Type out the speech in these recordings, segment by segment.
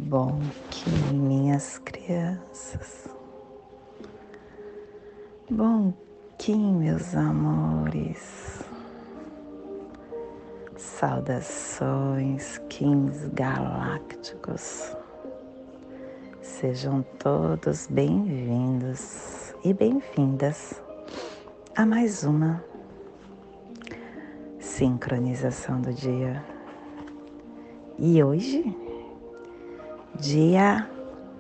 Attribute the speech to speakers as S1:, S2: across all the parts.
S1: Bom que minhas crianças, bom que meus amores, saudações, Kings galácticos, sejam todos bem-vindos e bem-vindas a mais uma sincronização do dia. E hoje, dia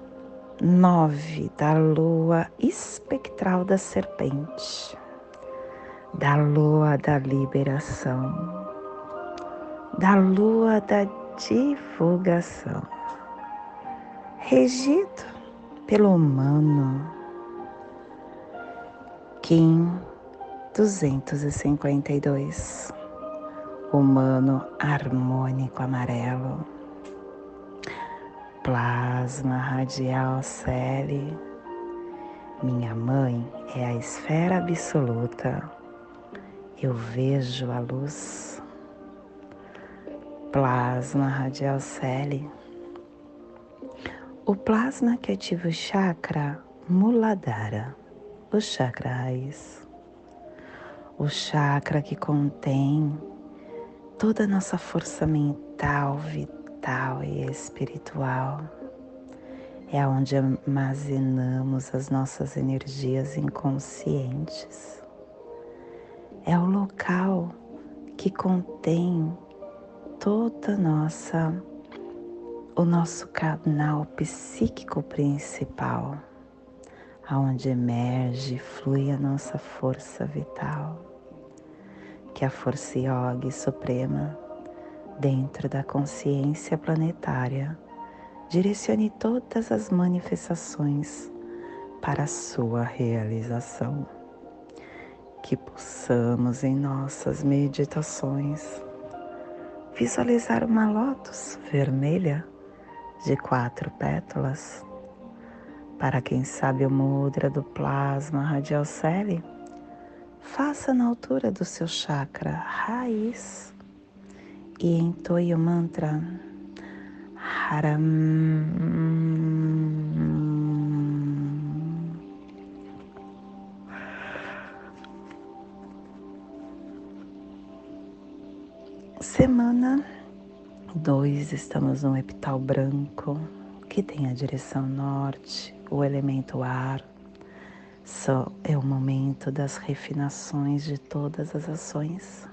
S1: 9 da lua espectral da serpente, da lua da liberação, da lua da divulgação, regido pelo humano Kim 252, humano harmônico amarelo, plasma radial Celi. Minha mãe é a esfera absoluta. Eu vejo a luz. Plasma radial Celi. O plasma que ativa o chakra Muladhara, o chakra raiz. O chakra que contém toda a nossa força mental, vital e espiritual. É onde armazenamos as nossas energias inconscientes. É o local que contém toda o nosso canal psíquico principal, aonde emerge e flui a nossa força vital, que é a força yogi suprema dentro da consciência planetária. Direcione todas as manifestações para a sua realização. Que possamos em nossas meditações visualizar uma lótus vermelha de 4 pétalas. Para quem sabe o mudra do plasma radial Celi, faça na altura do seu chakra raiz e entoie o mantra Haram. Semana 2, estamos no epital branco, que tem a direção norte, o elemento ar. É o momento das refinações de todas as ações.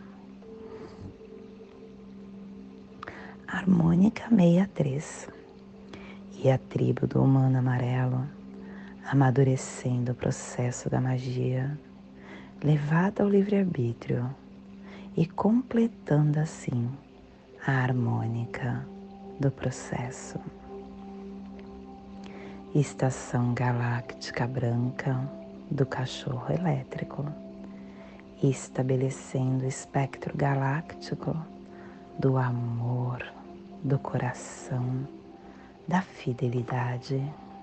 S1: Harmônica 63 e a tribo do humano amarelo, amadurecendo o processo da magia, levada ao livre-arbítrio e completando assim a harmônica do processo. Estação galáctica branca do cachorro elétrico, estabelecendo o espectro galáctico do amor, do coração, da fidelidade.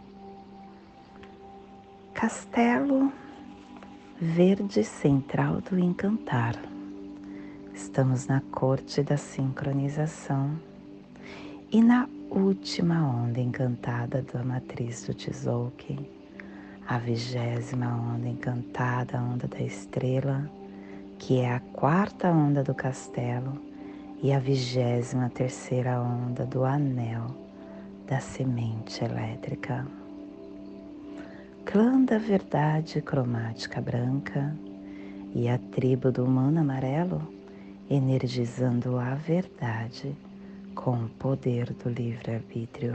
S1: Castelo verde central do encantar. Estamos na corte da sincronização e na última onda encantada da matriz do Tzolk'in, a 20ª onda encantada, a onda da estrela, que é a 4ª onda do castelo, e a 23ª onda do anel da semente elétrica. Clã da verdade cromática branca e a tribo do humano amarelo, energizando a verdade com o poder do livre-arbítrio.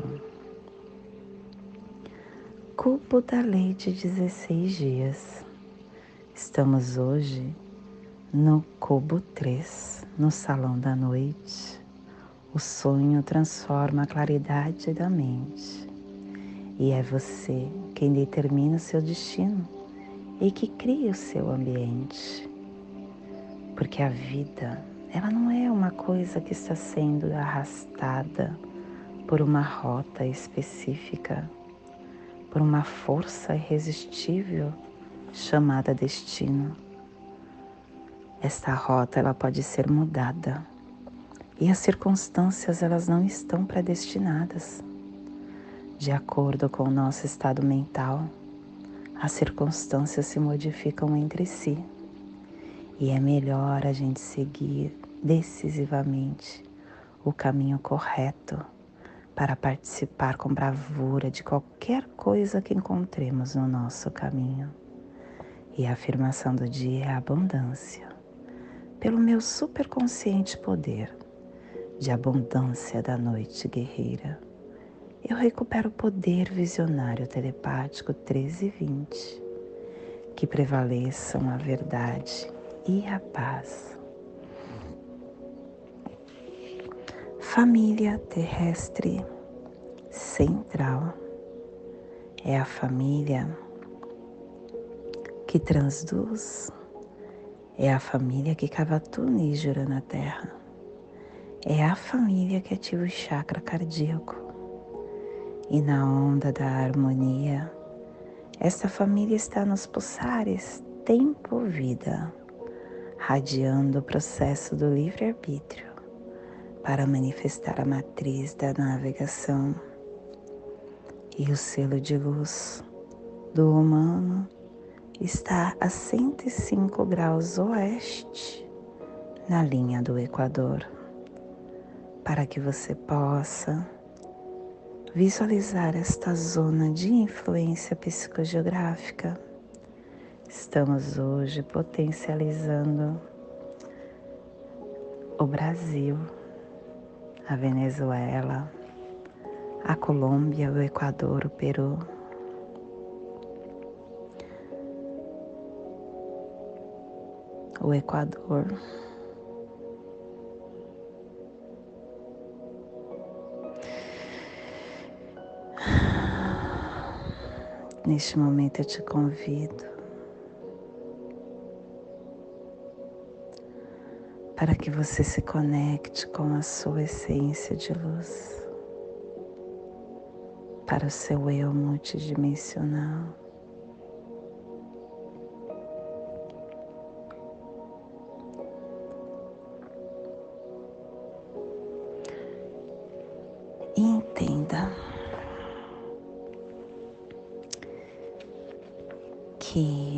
S1: Cubo da lei de 16 dias. Estamos hoje no cubo 3, no salão da noite. O sonho transforma a claridade da mente. E é você quem determina o seu destino e que cria o seu ambiente. Porque a vida, ela não é uma coisa que está sendo arrastada por uma rota específica, por uma força irresistível chamada destino. Esta rota, ela pode ser mudada e as circunstâncias, elas não estão predestinadas. De acordo com o nosso estado mental, as circunstâncias se modificam entre si e é melhor a gente seguir decisivamente o caminho correto para participar com bravura de qualquer coisa que encontremos no nosso caminho. E a afirmação do dia é a abundância. Pelo meu superconsciente poder de abundância da noite guerreira, eu recupero o poder visionário telepático 1320, que prevaleçam a verdade e a paz. Família terrestre central é a família que transduz, é a família que cava túnel e gira na terra, é a família que ativa o chakra cardíaco. E na onda da harmonia, esta família está nos pulsares tempo-vida, radiando o processo do livre-arbítrio para manifestar a matriz da navegação e o selo de luz do humano está a 105 graus oeste na linha do Equador, para que você possa visualizar esta zona de influência psicogeográfica. Estamos hoje potencializando o Brasil, a Venezuela, a Colômbia, o Equador, o Peru. O Equador. Neste momento eu te convido para que você se conecte com a sua essência de luz, para o seu eu multidimensional. E entenda que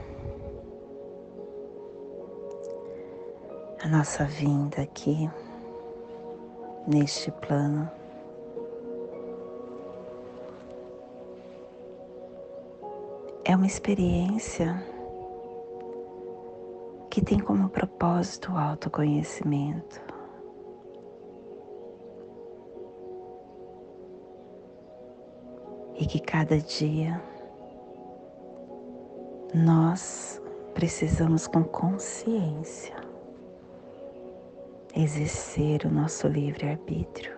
S1: a nossa vinda aqui, neste plano, é uma experiência que tem como propósito o autoconhecimento. E que cada dia nós precisamos com consciência exercer o nosso livre-arbítrio.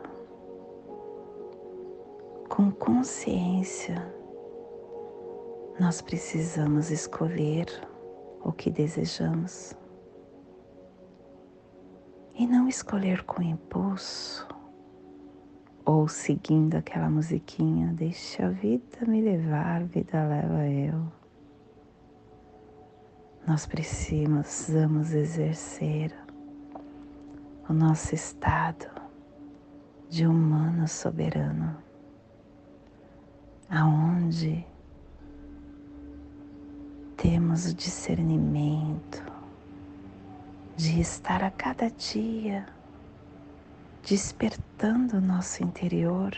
S1: Com consciência, nós precisamos escolher o que desejamos e não escolher com impulso ou seguindo aquela musiquinha, deixa a vida me levar, a vida leva eu. Nós precisamos exercer o nosso estado de humano soberano, aonde temos o discernimento de estar a cada dia despertando o nosso interior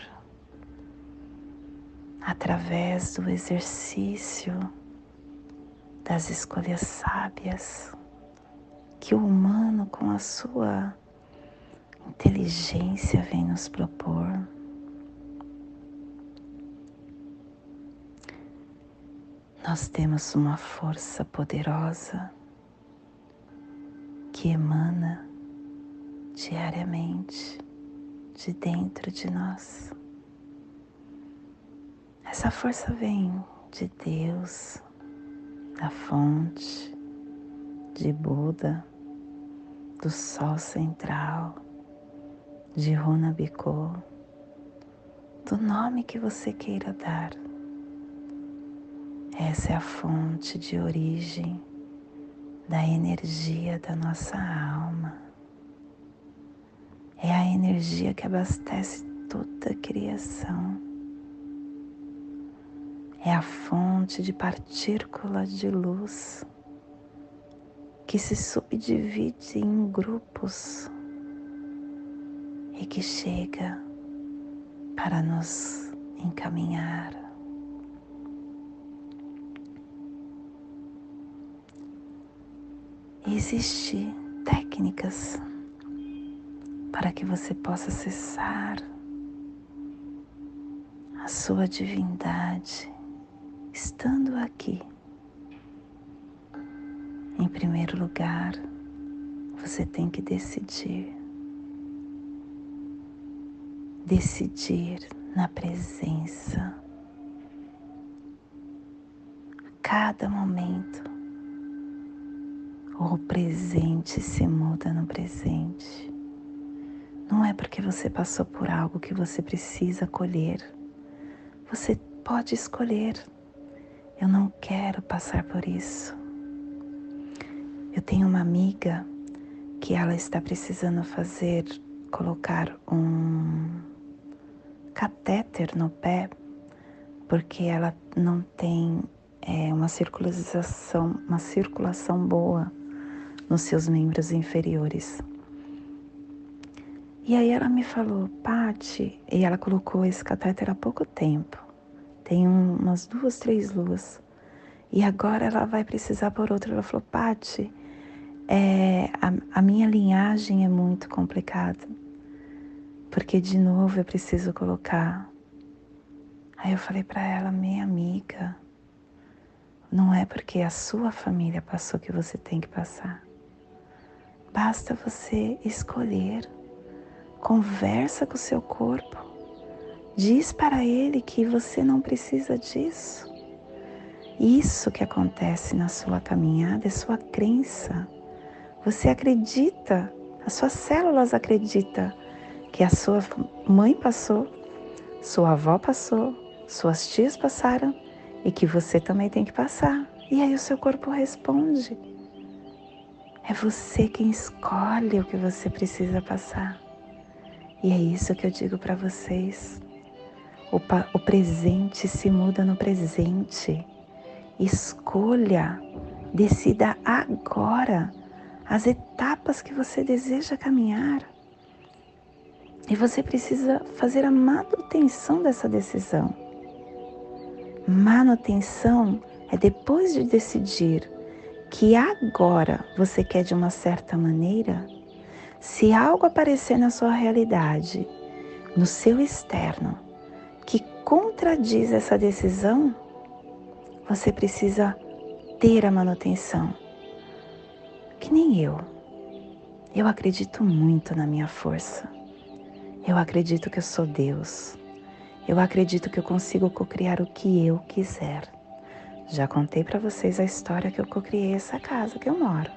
S1: através do exercício das escolhas sábias que o humano com a sua inteligência vem nos propor. Nós temos uma força poderosa que emana diariamente de dentro de nós. Essa força vem de Deus, da fonte, de Buda, do Sol central, de Runabiko, do nome que você queira dar. Essa é a fonte de origem da energia da nossa alma. É a energia que abastece toda a criação. é a fonte de partículas de luz que se subdivide em grupos e que chega para nos encaminhar. Existem técnicas para que você possa acessar a sua divindade estando aqui. Em primeiro lugar, você tem que decidir na presença. A cada momento, o presente se muda no presente. Não é porque você passou por algo que você precisa colher. Você pode escolher. Eu não quero passar por isso. Eu tenho uma amiga que ela está precisando colocar um catéter no pé, porque ela não tem uma circulação boa nos seus membros inferiores. E aí ela me falou, Paty, e ela colocou esse catéter há pouco tempo, tem umas 2, 3 luas, e agora ela vai precisar por outra. Ela falou, Paty, a minha linhagem é muito complicada, porque de novo eu preciso colocar. Aí eu falei para ela, minha amiga, não é porque a sua família passou que você tem que passar. Basta você escolher. Conversa com o seu corpo. Diz para ele que você não precisa disso. Isso que acontece na sua caminhada é sua crença. Você acredita, as suas células acreditam que a sua mãe passou, sua avó passou, suas tias passaram e que você também tem que passar. E aí o seu corpo responde. É você quem escolhe o que você precisa passar. E é isso que eu digo para vocês. O presente se muda no presente. Escolha, decida agora as etapas que você deseja caminhar. E você precisa fazer a manutenção dessa decisão. Manutenção é depois de decidir que agora você quer de uma certa maneira. Se algo aparecer na sua realidade, no seu externo, que contradiz essa decisão, você precisa ter a manutenção. Que nem eu. Eu acredito muito na minha força. Eu acredito que eu sou Deus. Eu acredito que eu consigo cocriar o que eu quiser. Já contei para vocês a história que eu cocriei essa casa que eu moro.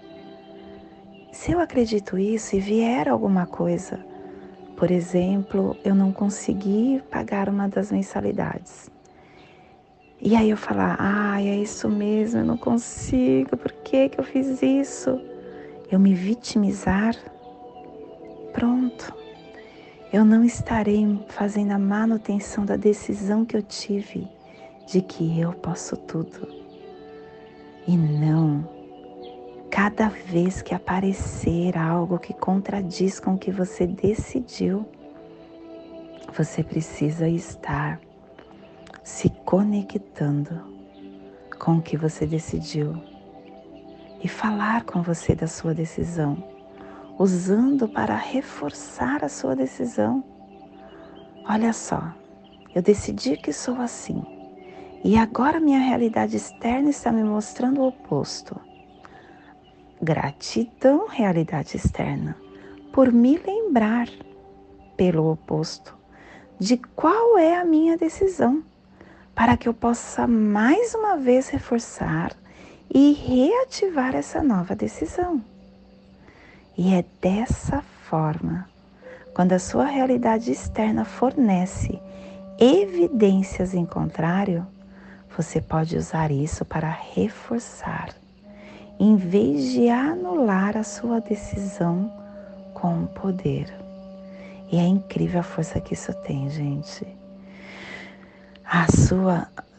S1: Se eu acredito isso e vier alguma coisa, por exemplo, eu não consegui pagar uma das mensalidades. E aí eu falar, é isso mesmo, eu não consigo, por que eu fiz isso? Eu me vitimizar, pronto. Eu não estarei fazendo a manutenção da decisão que eu tive de que eu posso tudo. E não, cada vez que aparecer algo que contradiz com o que você decidiu, você precisa estar se conectando com o que você decidiu e falar com você da sua decisão, usando para reforçar a sua decisão. Olha só, eu decidi que sou assim e agora minha realidade externa está me mostrando o oposto. Gratidão, realidade externa, por me lembrar, pelo oposto, de qual é a minha decisão, para que eu possa mais uma vez reforçar e reativar essa nova decisão. E é dessa forma, quando a sua realidade externa fornece evidências em contrário, você pode usar isso para reforçar, em vez de anular a sua decisão com o poder. E é incrível a força que isso tem, gente.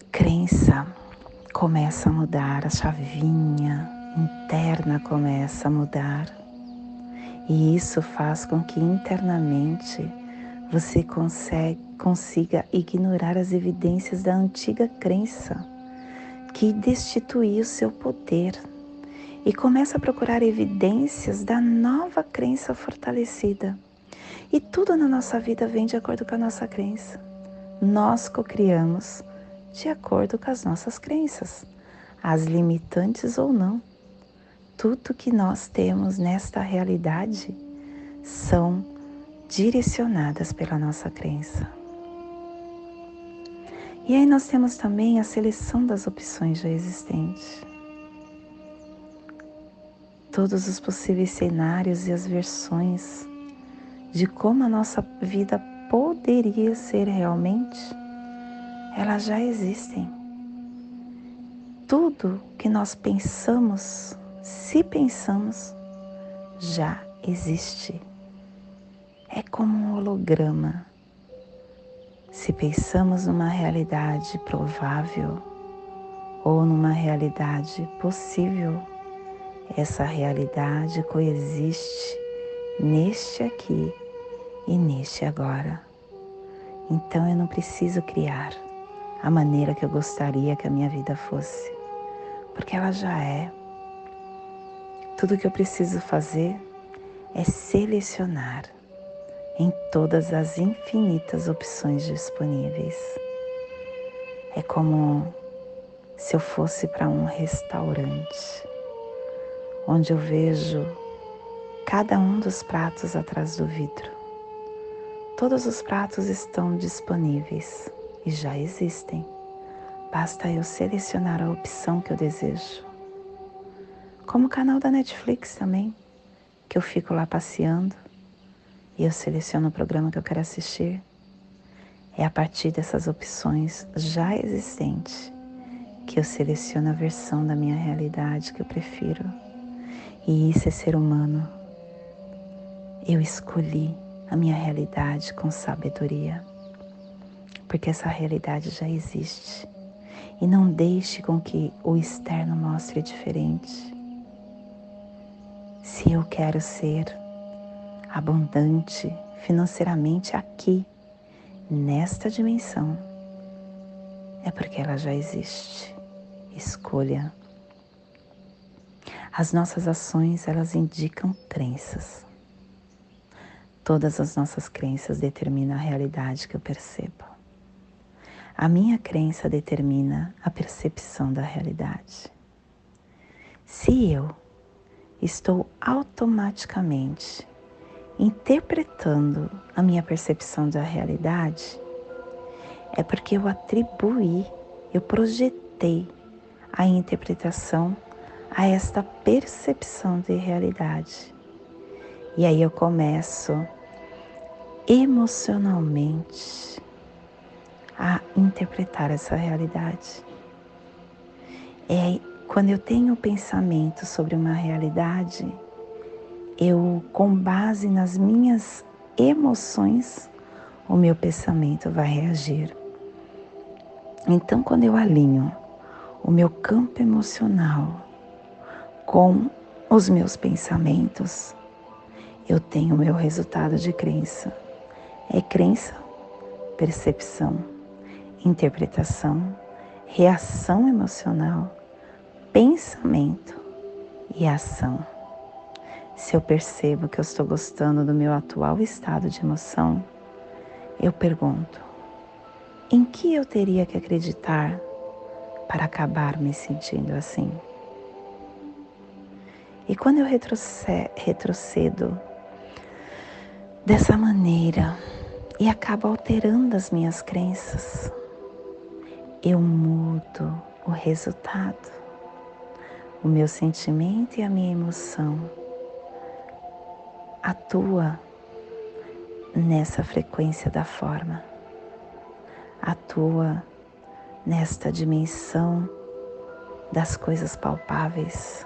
S1: crença começa a mudar, a chavinha interna começa a mudar. E isso faz com que internamente você consiga ignorar as evidências da antiga crença que destituiu seu poder e começa a procurar evidências da nova crença fortalecida. E tudo na nossa vida vem de acordo com a nossa crença. Nós cocriamos de acordo com as nossas crenças, as limitantes ou não. Tudo que nós temos nesta realidade são direcionadas pela nossa crença. E aí nós temos também a seleção das opções já existentes. Todos os possíveis cenários e as versões de como a nossa vida poderia ser realmente, elas já existem. Tudo que nós pensamos, se pensamos, já existe. É como um holograma. Se pensamos numa realidade provável ou numa realidade possível, essa realidade coexiste neste aqui e neste agora. Então eu não preciso criar a maneira que eu gostaria que a minha vida fosse, porque ela já é. Tudo que eu preciso fazer é selecionar em todas as infinitas opções disponíveis. É como se eu fosse para um restaurante, onde eu vejo cada um dos pratos atrás do vidro. Todos os pratos estão disponíveis e já existem. Basta eu selecionar a opção que eu desejo. Como o canal da Netflix também, que eu fico lá passeando e eu seleciono o programa que eu quero assistir. É a partir dessas opções já existentes que eu seleciono a versão da minha realidade que eu prefiro. E isso é ser humano. Eu escolhi a minha realidade com sabedoria, porque essa realidade já existe. E não deixe com que o externo mostre diferente. Se eu quero ser abundante financeiramente aqui, nesta dimensão, é porque ela já existe. Escolha. As nossas ações, elas indicam crenças. Todas as nossas crenças determinam a realidade que eu percebo. A minha crença determina a percepção da realidade. Se eu estou automaticamente interpretando a minha percepção da realidade, é porque eu atribuí, eu projetei a interpretação a esta percepção de realidade. E aí eu começo emocionalmente a interpretar essa realidade. Quando eu tenho pensamento sobre uma realidade, eu, com base nas minhas emoções, o meu pensamento vai reagir. Então, quando eu alinho o meu campo emocional com os meus pensamentos, eu tenho o meu resultado de crença. É crença, percepção, interpretação, reação emocional, pensamento e ação. Se eu percebo que eu estou gostando do meu atual estado de emoção, eu pergunto: em que eu teria que acreditar para acabar me sentindo assim? E quando eu retrocedo dessa maneira e acabo alterando as minhas crenças, eu mudo o resultado. O meu sentimento e a minha emoção atua nessa frequência da forma, atua nesta dimensão das coisas palpáveis.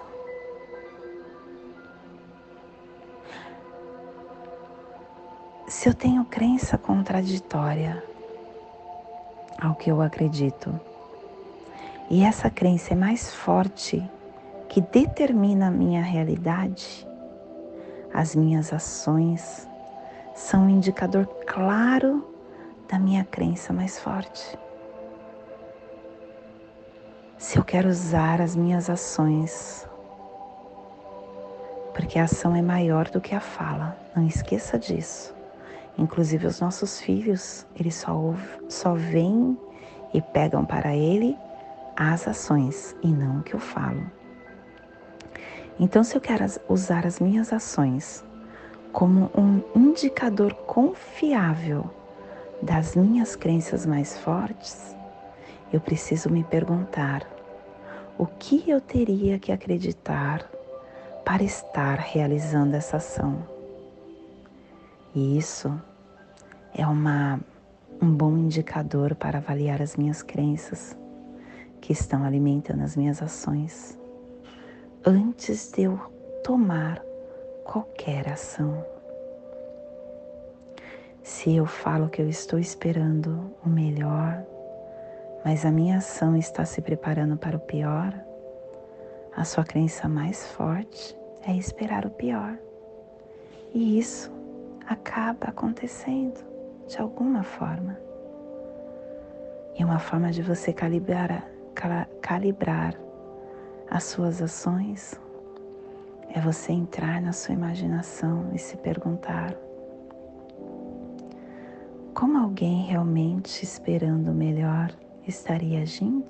S1: Se eu tenho crença contraditória ao que eu acredito, e essa crença é mais forte, que determina a minha realidade, as minhas ações são um indicador claro da minha crença mais forte. Se eu quero usar as minhas ações, porque a ação é maior do que a fala, não esqueça disso. Inclusive os nossos filhos, eles só veem e pegam para ele as ações e não o que eu falo. Então, se eu quero usar as minhas ações como um indicador confiável das minhas crenças mais fortes, eu preciso me perguntar: o que eu teria que acreditar para estar realizando essa ação? E isso é um bom indicador para avaliar as minhas crenças que estão alimentando as minhas ações, antes de eu tomar qualquer ação. Se eu falo que eu estou esperando o melhor, mas a minha ação está se preparando para o pior, a sua crença mais forte é esperar o pior. E isso acaba acontecendo de alguma forma. E uma forma de você calibrar as suas ações é você entrar na sua imaginação e se perguntar: como alguém realmente esperando o melhor estaria agindo?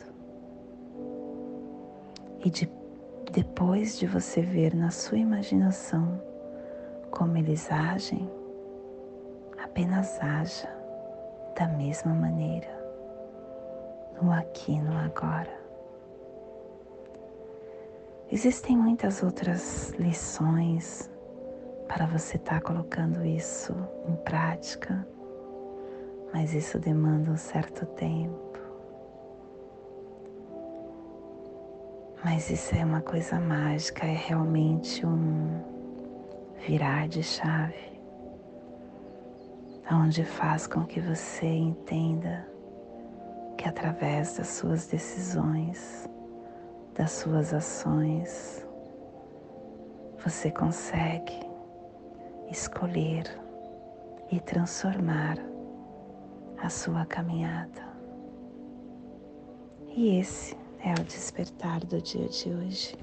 S1: E depois de você ver na sua imaginação como eles agem, apenas haja da mesma maneira, no aqui e no agora. Existem muitas outras lições para você estar colocando isso em prática, mas isso demanda um certo tempo. Mas isso é uma coisa mágica, é realmente um virar de chave, onde faz com que você entenda que através das suas decisões, das suas ações, você consegue escolher e transformar a sua caminhada. E esse é o despertar do dia de hoje.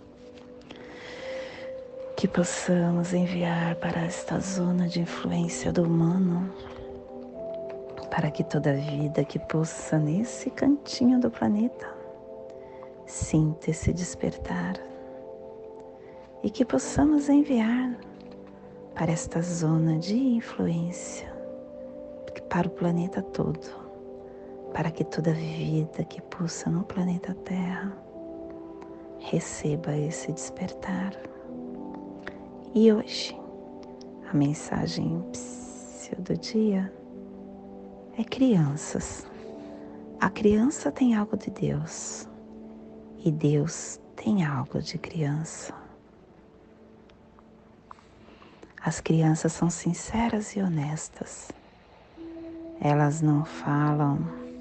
S1: Que possamos enviar para esta zona de influência do humano, para que toda vida que possa nesse cantinho do planeta sinta esse despertar, e que possamos enviar para esta zona de influência, para o planeta todo, para que toda vida que pulsa no planeta Terra receba esse despertar. E hoje, a mensagem do dia é crianças. A criança tem algo de Deus e Deus tem algo de criança. As crianças são sinceras e honestas. Elas não falam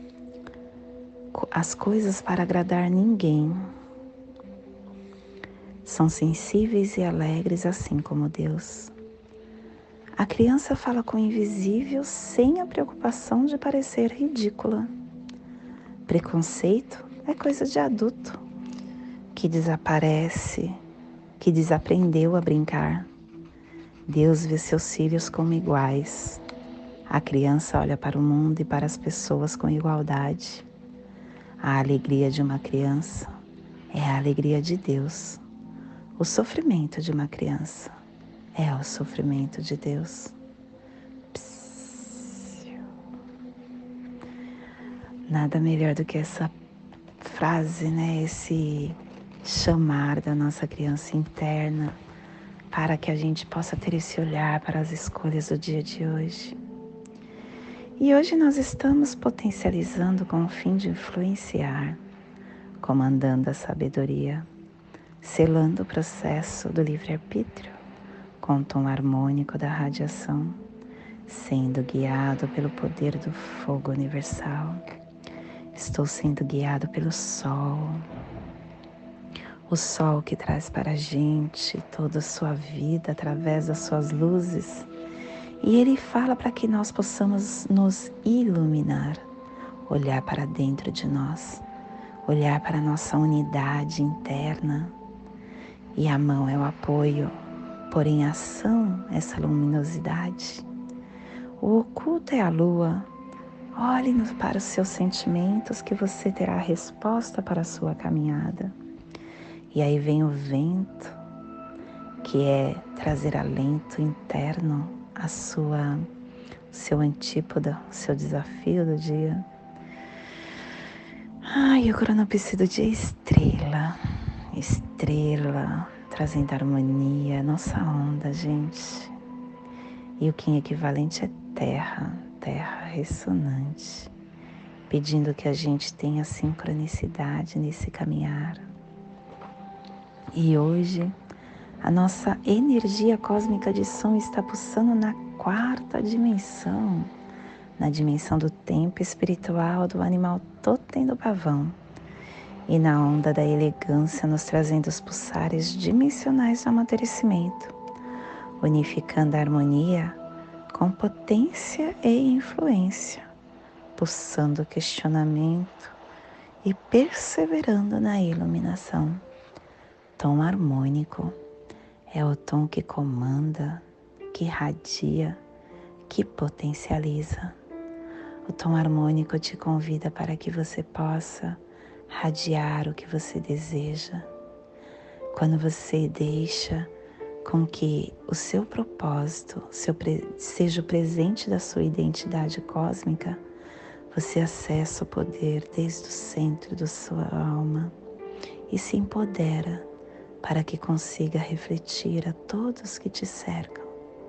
S1: as coisas para agradar ninguém. São sensíveis e alegres, assim como Deus. A criança fala com o invisível sem a preocupação de parecer ridícula. Preconceito é coisa de adulto que desaparece, que desaprendeu a brincar. Deus vê seus filhos como iguais. A criança olha para o mundo e para as pessoas com igualdade. A alegria de uma criança é a alegria de Deus. O sofrimento de uma criança é o sofrimento de Deus. Nada melhor do que essa frase, né? Esse chamar da nossa criança interna, para que a gente possa ter esse olhar para as escolhas do dia de hoje. E hoje nós estamos potencializando com o fim de influenciar, comandando a sabedoria, selando o processo do livre-arbítrio com o tom harmônico da radiação, sendo guiado pelo poder do fogo universal. Estou sendo guiado pelo sol. O sol que traz para a gente toda a sua vida através das suas luzes. E ele fala para que nós possamos nos iluminar, olhar para dentro de nós, olhar para a nossa unidade interna. E a mão é o apoio, pôr em ação essa luminosidade. O oculto é a lua. Olhe para os seus sentimentos que você terá a resposta para a sua caminhada. E aí vem o vento, que é trazer alento interno, seu antípoda, o seu desafio do dia. E o cronopse do dia é estrela. Estrela, trazendo harmonia, nossa onda, gente. E o Kim equivalente é terra, terra ressonante, pedindo que a gente tenha sincronicidade nesse caminhar. E hoje, a nossa energia cósmica de som está pulsando na 4ª dimensão, na dimensão do tempo espiritual do animal totem do pavão, e na onda da elegância nos trazendo os pulsares dimensionais do amadurecimento, unificando a harmonia com potência e influência, pulsando o questionamento e perseverando na iluminação. Tom harmônico é o tom que comanda, que irradia, que potencializa. O tom harmônico te convida para que você possa radiar o que você deseja. Quando você deixa com que o seu propósito seja o presente da sua identidade cósmica, você acessa o poder desde o centro da sua alma e se empodera para que consiga refletir a todos que te cercam.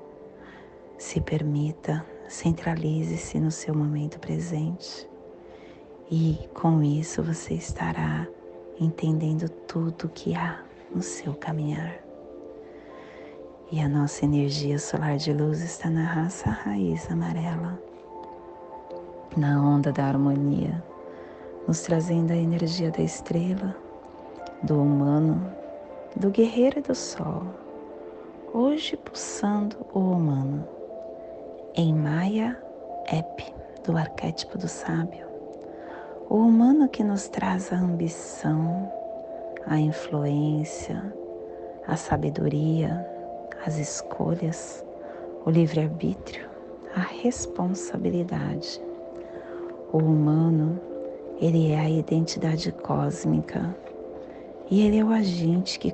S1: Se permita, centralize-se no seu momento presente e com isso você estará entendendo tudo que há no seu caminhar. E a nossa energia solar de luz está na raça raiz amarela, na onda da harmonia, nos trazendo a energia da estrela, do humano, do guerreiro e do sol, hoje pulsando o humano, em Maya Ep, do arquétipo do sábio, o humano que nos traz a ambição, a influência, a sabedoria, as escolhas, o livre-arbítrio, a responsabilidade. O humano, ele é a identidade cósmica e ele é o agente que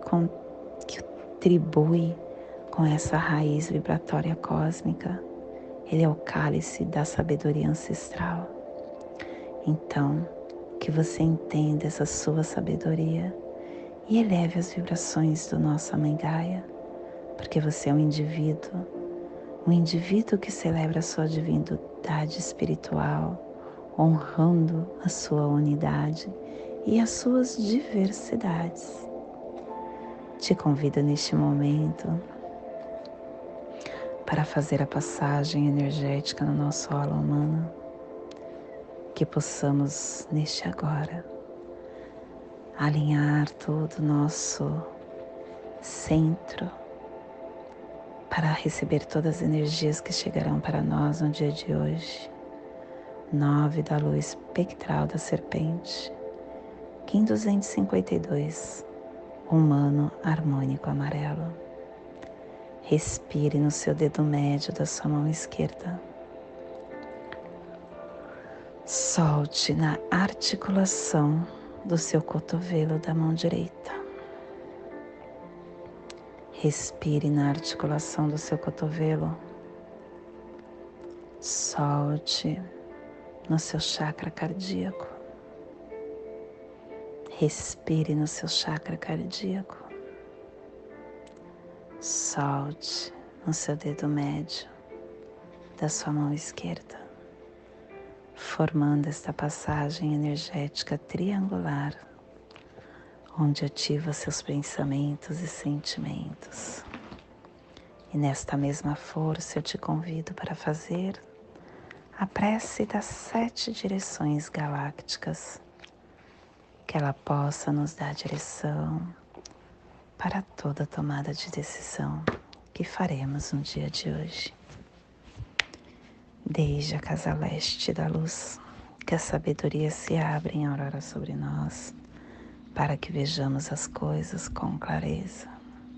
S1: contribui com essa raiz vibratória cósmica. Ele é o cálice da sabedoria ancestral. Então, que você entenda essa sua sabedoria e eleve as vibrações do nosso Mãe Gaia, porque você é um indivíduo que celebra a sua divindade espiritual, honrando a sua unidade e as suas diversidades. Te convido neste momento para fazer a passagem energética no nosso aula humano, que possamos neste agora alinhar todo o nosso centro para receber todas as energias que chegarão para nós no dia de hoje. 9 da luz espectral da serpente, Kim 252, humano harmônico amarelo. Respire no seu dedo médio da sua mão esquerda. Solte na articulação do seu cotovelo da mão direita. Respire na articulação do seu cotovelo. Solte no seu chakra cardíaco. Respire no seu chakra cardíaco. Solte no seu dedo médio da sua mão esquerda, formando esta passagem energética triangular, onde ativa seus pensamentos e sentimentos. E nesta mesma força eu te convido para fazer a prece das 7 direções galácticas, que ela possa nos dar direção para toda tomada de decisão que faremos no dia de hoje. Desde a casa leste da luz, que a sabedoria se abra em aurora sobre nós, para que vejamos as coisas com clareza.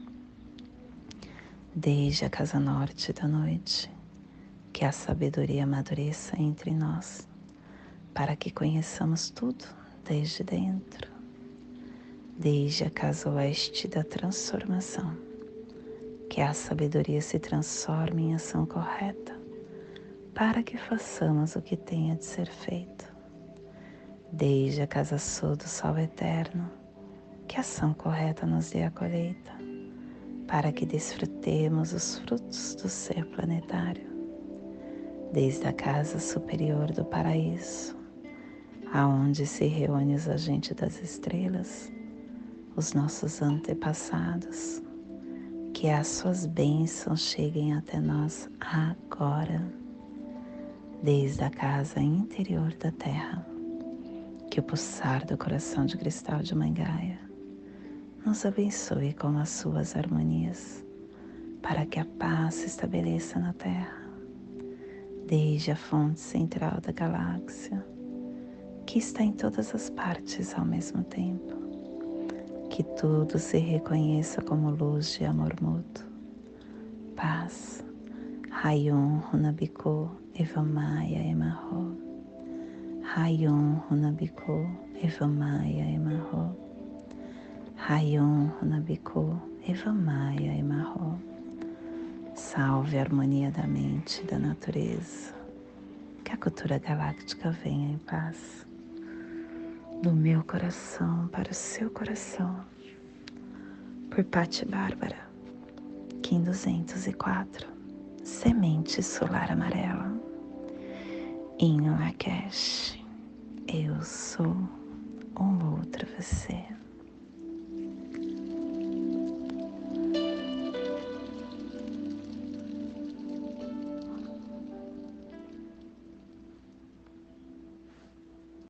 S1: Desde a casa norte da noite, que a sabedoria amadureça entre nós, para que conheçamos tudo desde dentro. Desde a casa oeste da transformação, que a sabedoria se transforme em ação correta, para que façamos o que tenha de ser feito. Desde a casa sul do sol eterno, que a ação correta nos dê a colheita, para que desfrutemos os frutos do ser planetário. Desde a casa superior do paraíso, aonde se reúnem os agentes das estrelas, os nossos antepassados, que as suas bênçãos cheguem até nós agora. Desde a casa interior da Terra, que o pulsar do coração de cristal de Mãe Gaia nos abençoe com as suas harmonias, para que a paz se estabeleça na Terra. Desde a fonte central da galáxia, que está em todas as partes ao mesmo tempo, que tudo se reconheça como luz de amor mútuo, paz. Rayon Runabiku Evamaya Emarro. Rayon Runabiku Evamaya Emarro. Rayon Runabiku Evamaya Emarro. Salve a harmonia da mente e da natureza. Que a cultura galáctica venha em paz. Do meu coração para o seu coração. Por Patti Bárbara, Kim 204. Semente solar amarela. Em Lakesh, eu sou um outro você.